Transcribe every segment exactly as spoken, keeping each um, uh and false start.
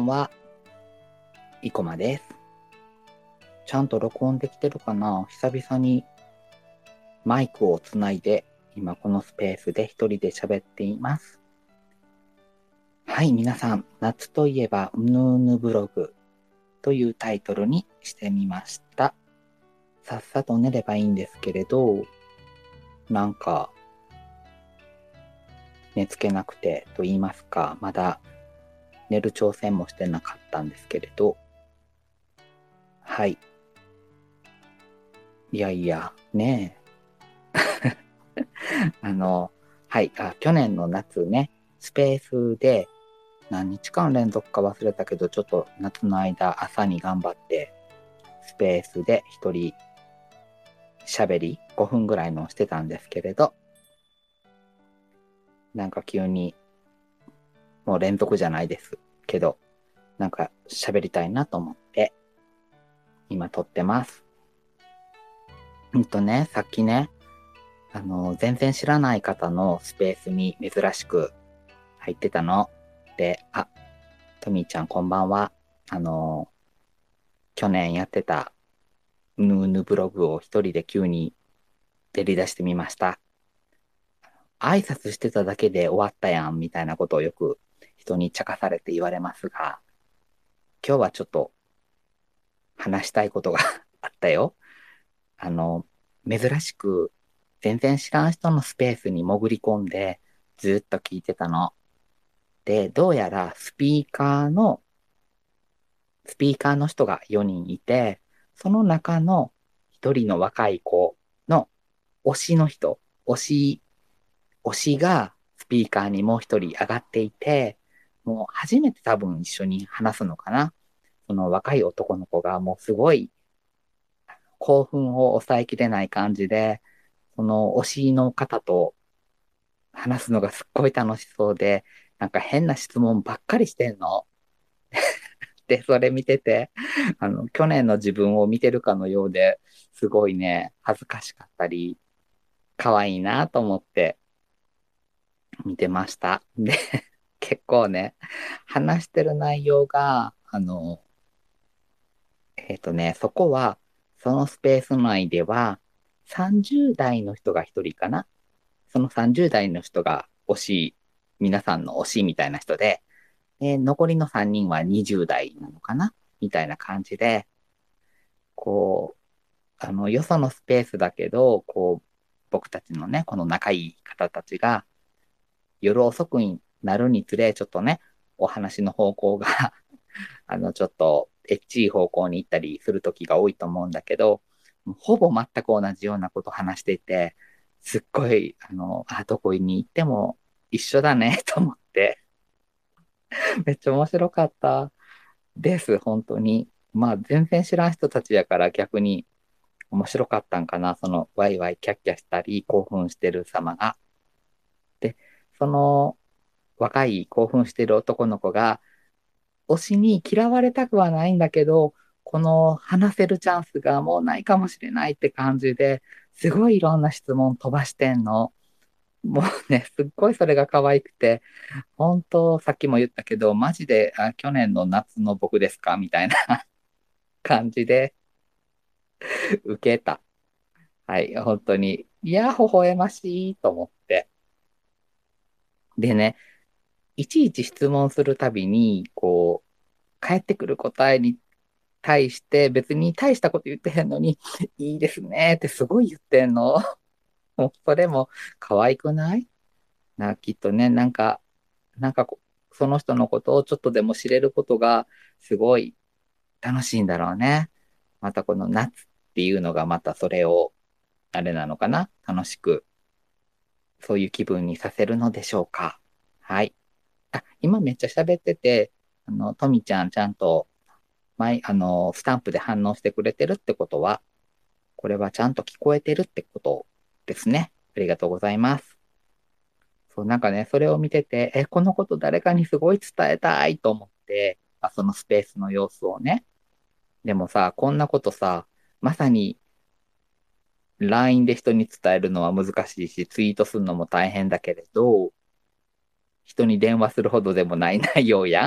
んは、いこまです。ちゃんと録音できてるかな？久々にマイクをつないで、今このスペースで一人で喋っています。はい、皆さん、夏といえばうぬうぬブログというタイトルにしてみました。さっさと寝ればいいんですけれど、なんか、寝つけなくてと言いますか、まだ寝る挑戦もしてなかったんですけれど、はい。いやいや、ねえ。あの、はい、あ、去年の夏ね、スペースで何日間連続か忘れたけど、ちょっと夏の間朝に頑張って、スペースで一人喋りごふんぐらいのしてたんですけれど、なんか急に、もう連続じゃないですけど、なんか喋りたいなと思って、今撮ってます。うんとね、さっきね、あの、全然知らない方のスペースに珍しく入ってたの。で、あ、トミーちゃんこんばんは。あの、去年やってたうぬうぬブログを一人で急に出り出してみました。挨拶してただけで終わったやんみたいなことをよく人に茶化されて言われますが、今日はちょっと話したいことがあったよ。あの、珍しく全然知らん人のスペースに潜り込んでずっと聞いてたの。で、どうやらスピーカーの、スピーカーの人がよにんいて、その中のひとりの若い子の推しの人、推し、推しがスピーカーにもう一人上がっていて、もう初めて多分一緒に話すのかな。その若い男の子がもうすごい興奮を抑えきれない感じで、その推しの方と話すのがすっごい楽しそうで、なんか変な質問ばっかりしてんの。で、それ見てて、あの、去年の自分を見てるかのようで、すごいね、恥ずかしかったり、可愛いなと思って見てました。で、結構ね、話してる内容が、あの、えっとね、そこは、そのスペース内では、さんじゅう代の人が一人かな。そのさんじゅう代の人が推し、皆さんの推しみたいな人で、で残りのさんにんはにじゅう代なのかなみたいな感じで、こう、あの、よそのスペースだけど、こう、僕たちのね、この仲いい方たちが、夜遅くになるにつれ、ちょっとね、お話の方向があの、ちょっと、エッチい方向に行ったりする時が多いと思うんだけど、ほぼ全く同じようなこと話していて、すっごい、あの、あ、どこに行っても一緒だね、と思って、めっちゃ面白かったです、本当に。まあ、全然知らん人たちやから逆に面白かったんかな、その、ワイワイキャッキャしたり、興奮してる様が。で、その、若い興奮してる男の子が、推しに嫌われたくはないんだけど、この話せるチャンスがもうないかもしれないって感じで、すごいいろんな質問飛ばしてんの。もうね、すっごいそれが可愛くて、本当、さっきも言ったけど、マジで、あ、去年の夏の僕ですかみたいな感じで受けた。はい、本当に。いや、微笑ましいと思って。でね、いちいち質問するたびに、こう、返ってくる答えに対して別に大したこと言ってへんのに、いいですねってすごい言ってんの。もうそれも可愛くないな、きっとね、なんか、なんかこその人のことをちょっとでも知れることがすごい楽しいんだろうね。またこの夏っていうのがまたそれを、あれなのかな楽しく、そういう気分にさせるのでしょうか。はい。あ、今めっちゃ喋ってて、あの、とみちゃんちゃんと、マイ、あの、スタンプで反応してくれてるってことは、これはちゃんと聞こえてるってことですね。ありがとうございます。そう、なんかね、それを見てて、え、このこと誰かにすごい伝えたいと思って、あ、そのスペースの様子をね。でもさ、こんなことさ、まさに ライン で人に伝えるのは難しいし、ツイートするのも大変だけれど、人に電話するほどでもない内容やん。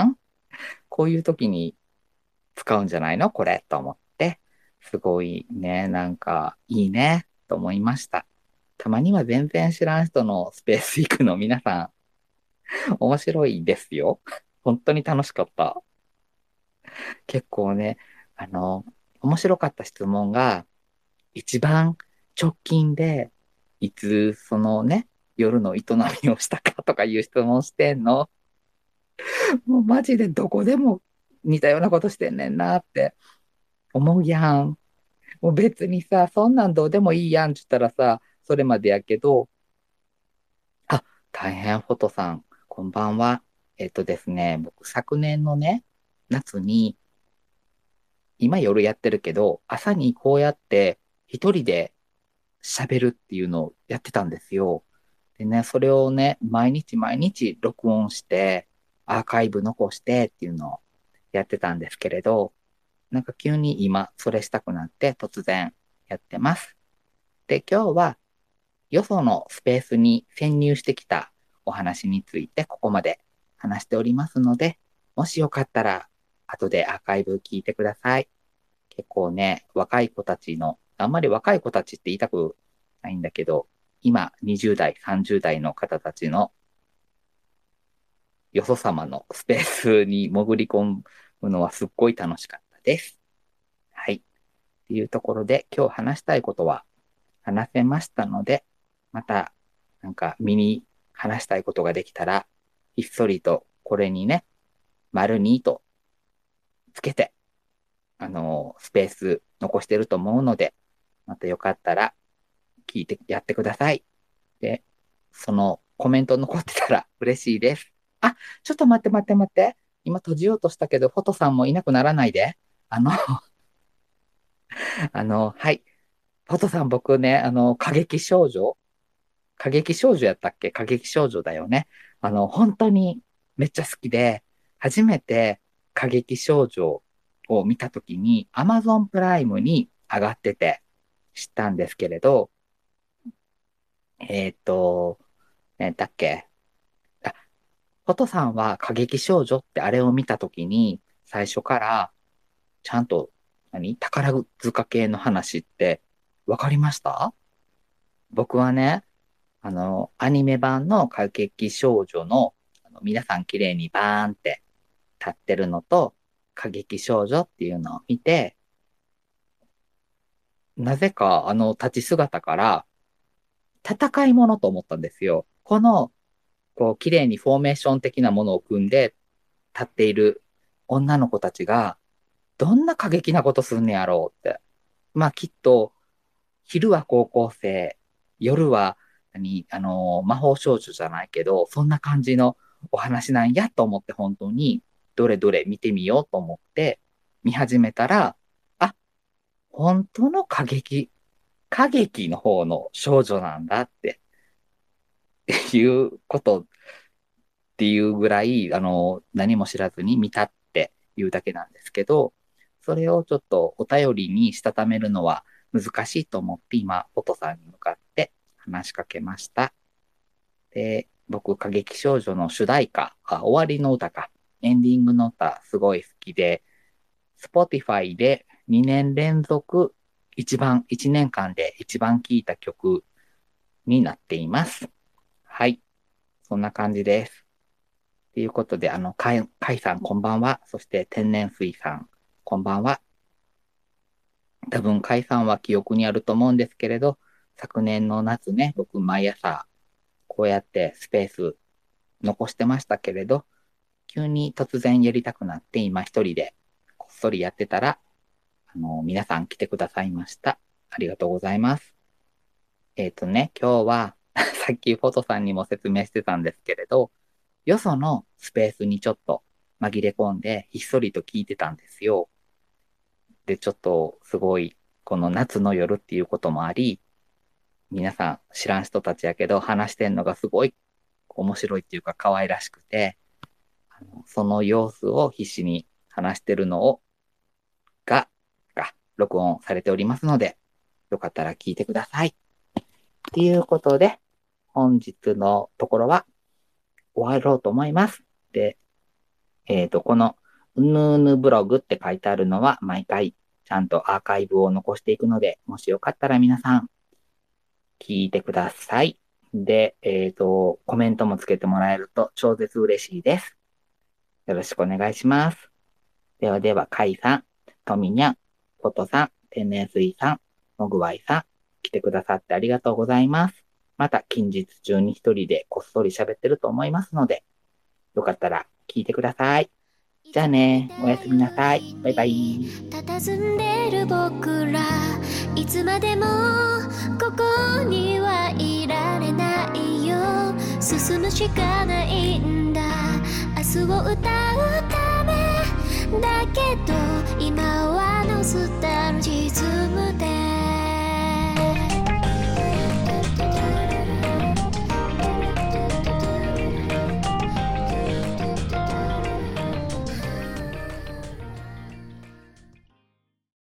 こういう時に使うんじゃないのこれと思って、すごいね、なんかいいねと思いました。たまには全然知らん人のスペース行くの皆さん面白いですよ。本当に楽しかった。結構ね、あの、面白かった質問が、一番直近で、いつそのね、夜の営みをしたかとかいう質問してんの。もうマジでどこでも似たようなことしてんねんなって思うやん。もう別にさ、そんなんどうでもいいやんって言ったらさ、それまでやけど、あ、大変フォトさん、こんばんは。えっとですね、僕昨年のね、夏に、今夜やってるけど、朝にこうやって一人で喋るっていうのをやってたんですよ。でね、それをね、毎日毎日録音して、アーカイブ残してっていうのをやってたんですけれど、なんか急に今それしたくなって突然やってます。で、今日はよそのスペースに潜入してきたお話についてここまで話しておりますので、もしよかったら後でアーカイブ聞いてください。結構ね、若い子たちの、あんまり若い子たちって言いたくないんだけど、今にじゅう代、さんじゅう代の方たちのよそ様のスペースに潜り込むのはすっごい楽しかったです。はい。っていうところで今日話したいことは話せましたので、またなんかミニ話したいことができたら、ひっそりとこれにね、丸にとつけて、あのースペース残してると思うので、またよかったら聞いてやってください。で、そのコメント残ってたら嬉しいです。あ、ちょっと待って待って待って。今閉じようとしたけど、フォトさんもいなくならないで。あの、あの、はい。フォトさん僕ね、あの、過激少女過激少女やったっけ過激少女だよね。あの、本当にめっちゃ好きで、初めて過激少女を見たときに Amazon プライムに上がってて知ったんですけれど、えっと、ね、だっけあ、フォトさんは過激少女ってあれを見たときに最初からちゃんと何宝塚系の話ってわかりました？僕はね、あの、アニメ版の過激少女の、あの皆さん綺麗にバーンって立ってるのと、過激少女っていうのを見て、なぜかあの立ち姿から戦いものと思ったんですよ。この、こう、綺麗にフォーメーション的なものを組んで立っている女の子たちが、どんな過激なことすんねやろうって。まあきっと、昼は高校生、夜は、何、あの、魔法少女じゃないけど、そんな感じのお話なんやと思って本当に、どれどれ見てみようと思って見始めたら、あ、本当の過激、過激の方の少女なんだっていうことっていうぐらい、あの、何も知らずに見たっていうだけなんですけど、それをちょっとお便りにしたためるのは難しいと思って今、フォトさんに向かって話しかけました。で、僕、歌劇少女の主題歌、あ、終わりの歌か、エンディングの歌すごい好きで、Spotify でにねん連続一番、いちねんかんで一番聴いた曲になっています。はい。そんな感じです。ということで、あの、かい、かいさんこんばんは。そして天然水さんこんばんは。多分、かいさんは記憶にあると思うんですけれど、昨年の夏ね、僕毎朝こうやってスペース残してましたけれど、急に突然やりたくなって今一人でこっそりやってたら、あの、皆さん来てくださいました。ありがとうございます。えっとね、今日はさっきフォトさんにも説明してたんですけれど、よそのスペースにちょっと紛れ込んでひっそりと聞いてたんですよ。で、ちょっとすごい、この夏の夜っていうこともあり、皆さん知らん人たちやけど話してんのがすごい面白いっていうか可愛らしくて、あのその様子を必死に話してるのを、が、が、録音されておりますので、よかったら聞いてください。っていうことで、本日のところは終わろうと思います。で、 えっ、と、このうぬうぬブログって書いてあるのは毎回ちゃんとアーカイブを残していくので、もしよかったら皆さん聞いてください。で、えっ、と、コメントもつけてもらえると超絶嬉しいです。よろしくお願いします。ではでは、カイさん、トミニャン、フォトさん、天然水さん、モグワイさん、来てくださってありがとうございます。また近日中に一人でこっそり喋ってると思いますので、よかったら聞いてください。じゃあね、おやすみなさい。バイバイ。 佇んでる僕ら、いつまでもここにはいられないよ。進むしかないんだ、明日を歌うためだけど、今はノスタ